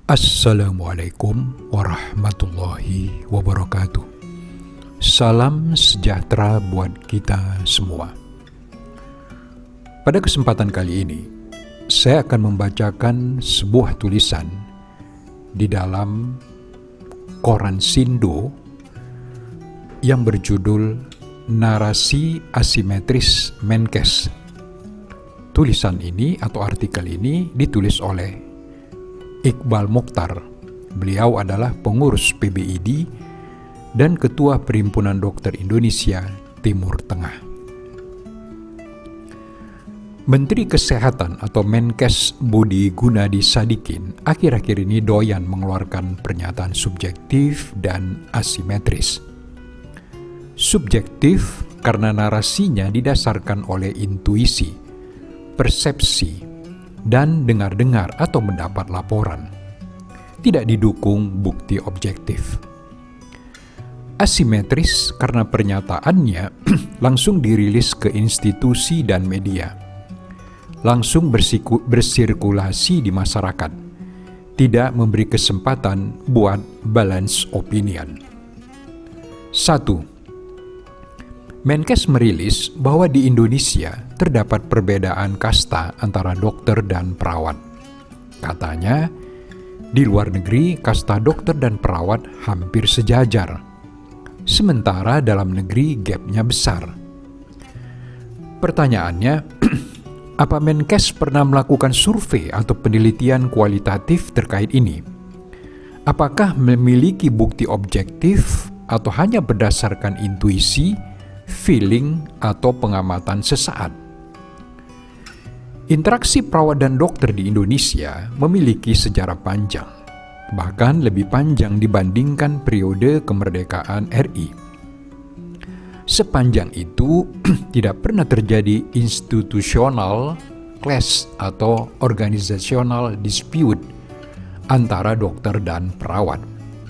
Assalamualaikum warahmatullahi wabarakatuh. Salam sejahtera buat kita semua. Pada kesempatan kali ini, saya akan membacakan sebuah tulisan di dalam koran Sindo yang berjudul Narasi Asimetris Menkes. Tulisan ini atau artikel ini ditulis oleh Iqbal Mokhtar. Beliau adalah pengurus PBID dan Ketua Perhimpunan Dokter Indonesia Timur Tengah. Menteri Kesehatan atau Menkes Budi Gunadi Sadikin akhir-akhir ini doyan mengeluarkan pernyataan subjektif dan asimetris. Subjektif karena narasinya didasarkan oleh intuisi, persepsi, dan dengar-dengar atau mendapat laporan. Tidak didukung bukti objektif. Asimetris karena pernyataannya langsung dirilis ke institusi dan media. Langsung bersirkulasi di masyarakat. Tidak memberi kesempatan buat balance opinion. 1. Menkes merilis bahwa di Indonesia terdapat perbedaan kasta antara dokter dan perawat. Katanya, di luar negeri kasta dokter dan perawat hampir sejajar. Sementara dalam negeri gapnya besar. Pertanyaannya, apa Menkes pernah melakukan survei atau penelitian kualitatif terkait ini? Apakah memiliki bukti objektif atau hanya berdasarkan intuisi, feeling, atau pengamatan sesaat? Interaksi perawat dan dokter di Indonesia memiliki sejarah panjang, bahkan lebih panjang dibandingkan periode kemerdekaan RI. Sepanjang itu, tidak pernah terjadi institutional clash atau organizational dispute antara dokter dan perawat.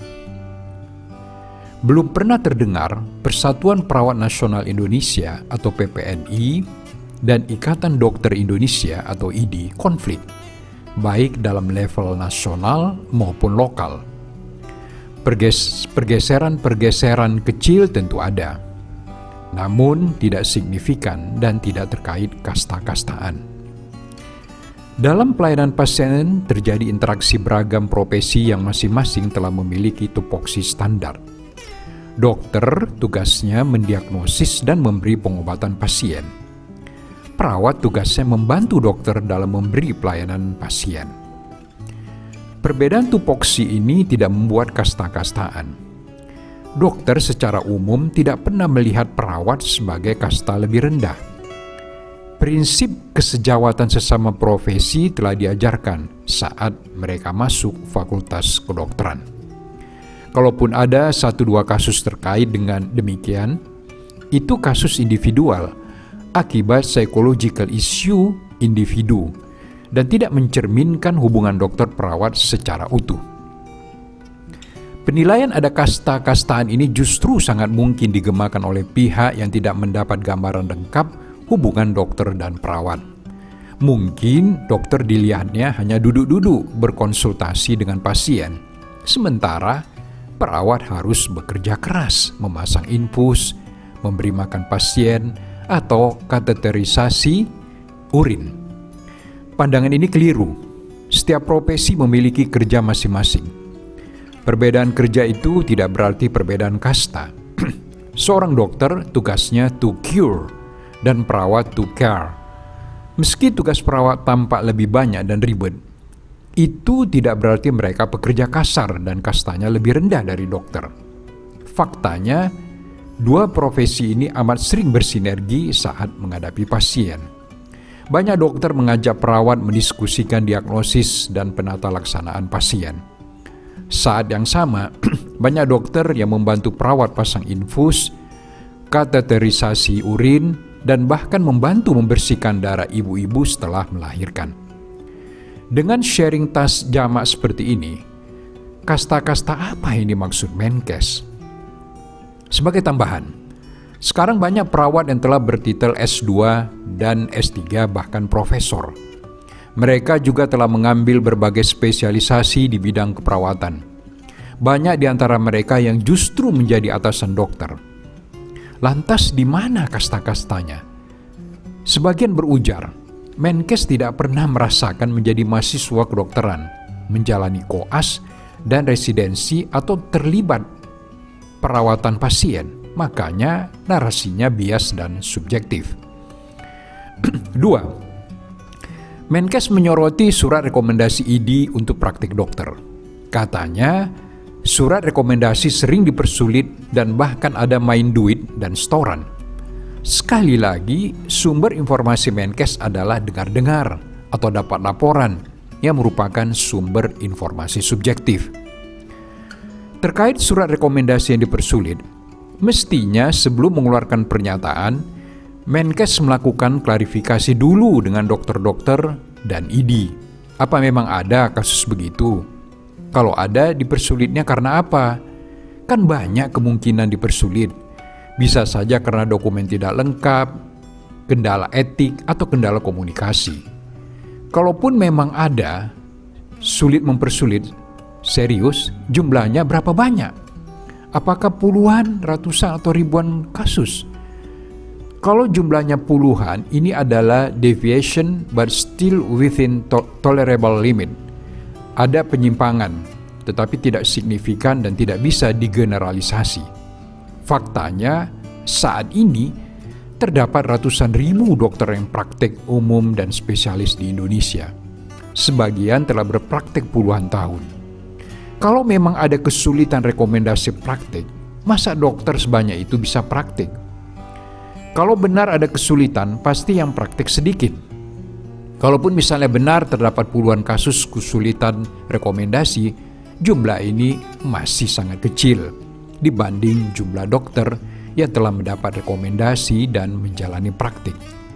Belum pernah terdengar Persatuan Perawat Nasional Indonesia atau PPNI dan Ikatan Dokter Indonesia atau IDI konflik, baik dalam level nasional maupun lokal. Pergeseran-pergeseran kecil tentu ada, namun tidak signifikan dan tidak terkait kasta-kastaan. Dalam pelayanan pasien terjadi interaksi beragam profesi yang masing-masing telah memiliki tupoksi standar. Dokter tugasnya mendiagnosis dan memberi pengobatan pasien. Perawat tugasnya membantu dokter dalam memberi pelayanan pasien. Perbedaan tupoksi ini tidak membuat kasta-kastaan. Dokter secara umum tidak pernah melihat perawat sebagai kasta lebih rendah. Prinsip kesejawatan sesama profesi telah diajarkan saat mereka masuk fakultas kedokteran. Kalaupun ada 1-2 kasus terkait dengan demikian, itu kasus individual akibat psychological issue individu dan tidak mencerminkan hubungan dokter perawat secara utuh. Penilaian ada kasta-kastaan ini justru sangat mungkin digemakan oleh pihak yang tidak mendapat gambaran lengkap hubungan dokter dan perawat. Mungkin dokter dilihatnya hanya duduk-duduk berkonsultasi dengan pasien, sementara perawat harus bekerja keras, memasang infus, memberi makan pasien, atau kateterisasi urin. Pandangan ini keliru. Setiap profesi memiliki kerja masing-masing. Perbedaan kerja itu tidak berarti perbedaan kasta. Seorang dokter tugasnya to cure dan perawat to care. Meski tugas perawat tampak lebih banyak dan ribet, itu tidak berarti mereka pekerja kasar dan kastanya lebih rendah dari dokter. Faktanya, dua profesi ini amat sering bersinergi saat menghadapi pasien. Banyak dokter mengajak perawat mendiskusikan diagnosis dan penata laksanaan pasien. Saat yang sama, banyak dokter yang membantu perawat pasang infus, kateterisasi urin, dan bahkan membantu membersihkan darah ibu-ibu setelah melahirkan. Dengan sharing tas jamak seperti ini, kasta-kasta apa yang dimaksud Menkes? Sebagai tambahan, sekarang banyak perawat yang telah bertitel S2 dan S3 bahkan profesor. Mereka juga telah mengambil berbagai spesialisasi di bidang keperawatan. Banyak di antara mereka yang justru menjadi atasan dokter. Lantas di mana kasta-kastanya? Sebagian berujar, Menkes tidak pernah merasakan menjadi mahasiswa kedokteran, menjalani koas dan residensi atau terlibat perawatan pasien. Makanya narasinya bias dan subjektif. 2. Menkes menyoroti surat rekomendasi ID untuk praktik dokter. Katanya, surat rekomendasi sering dipersulit dan bahkan ada main duit dan setoran. Sekali lagi, sumber informasi Menkes adalah dengar-dengar atau dapat laporan yang merupakan sumber informasi subjektif. Terkait surat rekomendasi yang dipersulit, mestinya sebelum mengeluarkan pernyataan, Menkes melakukan klarifikasi dulu dengan dokter-dokter dan ID. Apa memang ada kasus begitu? Kalau ada, dipersulitnya karena apa? Kan banyak kemungkinan dipersulit. Bisa saja karena dokumen tidak lengkap, kendala etik, atau kendala komunikasi. Kalaupun memang ada, sulit mempersulit, serius, jumlahnya berapa banyak? Apakah puluhan, ratusan, atau ribuan kasus? Kalau jumlahnya puluhan, ini adalah deviation but still within tolerable limit. Ada penyimpangan, tetapi tidak signifikan dan tidak bisa digeneralisasi. Faktanya, saat ini terdapat ratusan ribu dokter yang praktek umum dan spesialis di Indonesia. Sebagian telah berpraktek puluhan tahun. Kalau memang ada kesulitan rekomendasi praktek, masa dokter sebanyak itu bisa praktek? Kalau benar ada kesulitan, pasti yang praktik sedikit. Kalaupun misalnya benar terdapat puluhan kasus kesulitan rekomendasi, jumlah ini masih sangat kecil dibanding jumlah dokter yang telah mendapat rekomendasi dan menjalani praktik.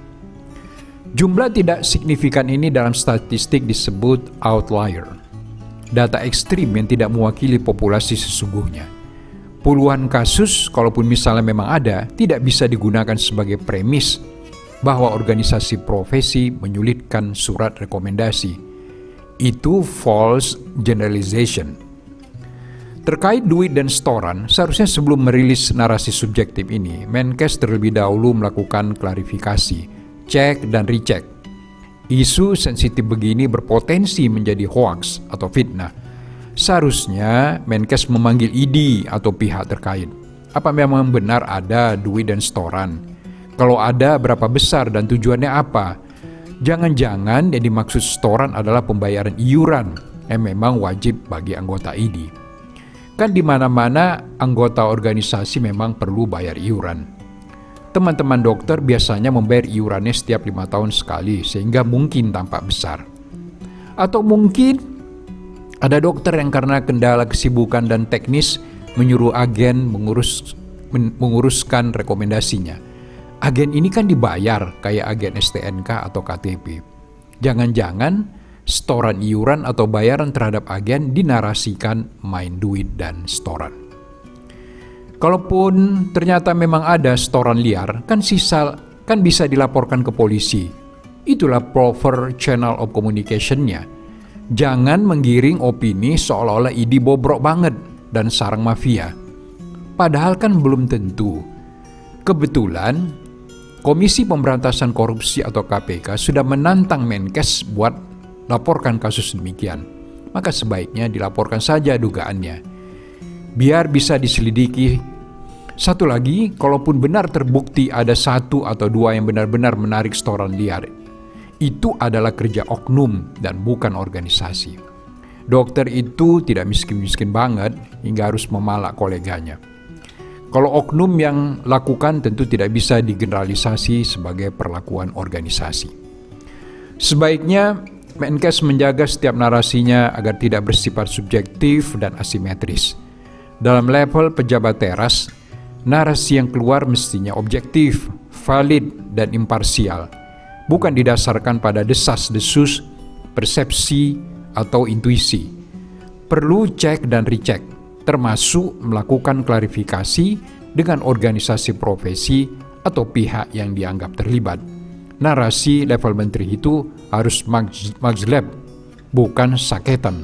Jumlah tidak signifikan ini dalam statistik disebut outlier, data ekstrim yang tidak mewakili populasi sesungguhnya. Puluhan kasus, kalaupun misalnya memang ada, tidak bisa digunakan sebagai premis bahwa organisasi profesi menyulitkan surat rekomendasi. Itu false generalization. Terkait duit dan setoran, seharusnya sebelum merilis narasi subjektif ini, Menkes terlebih dahulu melakukan klarifikasi, cek dan recheck. Isu sensitif begini berpotensi menjadi hoaks atau fitnah. Seharusnya Menkes memanggil ID atau pihak terkait. Apa memang benar ada duit dan setoran? Kalau ada, berapa besar dan tujuannya apa? Jangan-jangan yang dimaksud setoran adalah pembayaran iuran yang memang wajib bagi anggota ID. Kan di mana-mana anggota organisasi memang perlu bayar iuran. Teman-teman dokter biasanya membayar iurannya setiap 5 tahun sekali, sehingga mungkin tampak besar. Atau mungkin ada dokter yang karena kendala kesibukan dan teknis menyuruh agen menguruskan rekomendasinya. Agen ini kan dibayar kayak agen STNK atau KTP. Jangan-jangan setoran iuran atau bayaran terhadap agen dinarasikan main duit dan setoran. Kalaupun ternyata memang ada setoran liar, kan bisa dilaporkan ke polisi. Itulah proper channel of communication-nya. Jangan menggiring opini seolah-olah ID bobrok banget dan sarang mafia. Padahal kan belum tentu. Kebetulan, Komisi Pemberantasan Korupsi atau KPK sudah menantang Menkes buat laporkan kasus demikian. Maka sebaiknya dilaporkan saja dugaannya, biar bisa diselidiki. Satu lagi, kalaupun benar terbukti ada 1 atau 2 yang benar-benar menarik setoran liar, itu adalah kerja oknum dan bukan organisasi. Dokter itu tidak miskin-miskin banget hingga harus memalak koleganya. Kalau oknum yang lakukan tentu tidak bisa digeneralisasi sebagai perlakuan organisasi. Sebaiknya Menkes menjaga setiap narasinya agar tidak bersifat subjektif dan asimetris. Dalam level pejabat teras, narasi yang keluar mestinya objektif, valid, dan imparsial. Bukan didasarkan pada desas-desus, persepsi, atau intuisi. Perlu cek dan recheck, termasuk melakukan klarifikasi dengan organisasi profesi atau pihak yang dianggap terlibat. narasi level menteri itu harus magzlab, bukan saketan.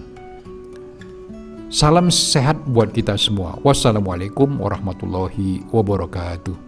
Salam sehat buat kita semua. Wassalamualaikum warahmatullahi wabarakatuh.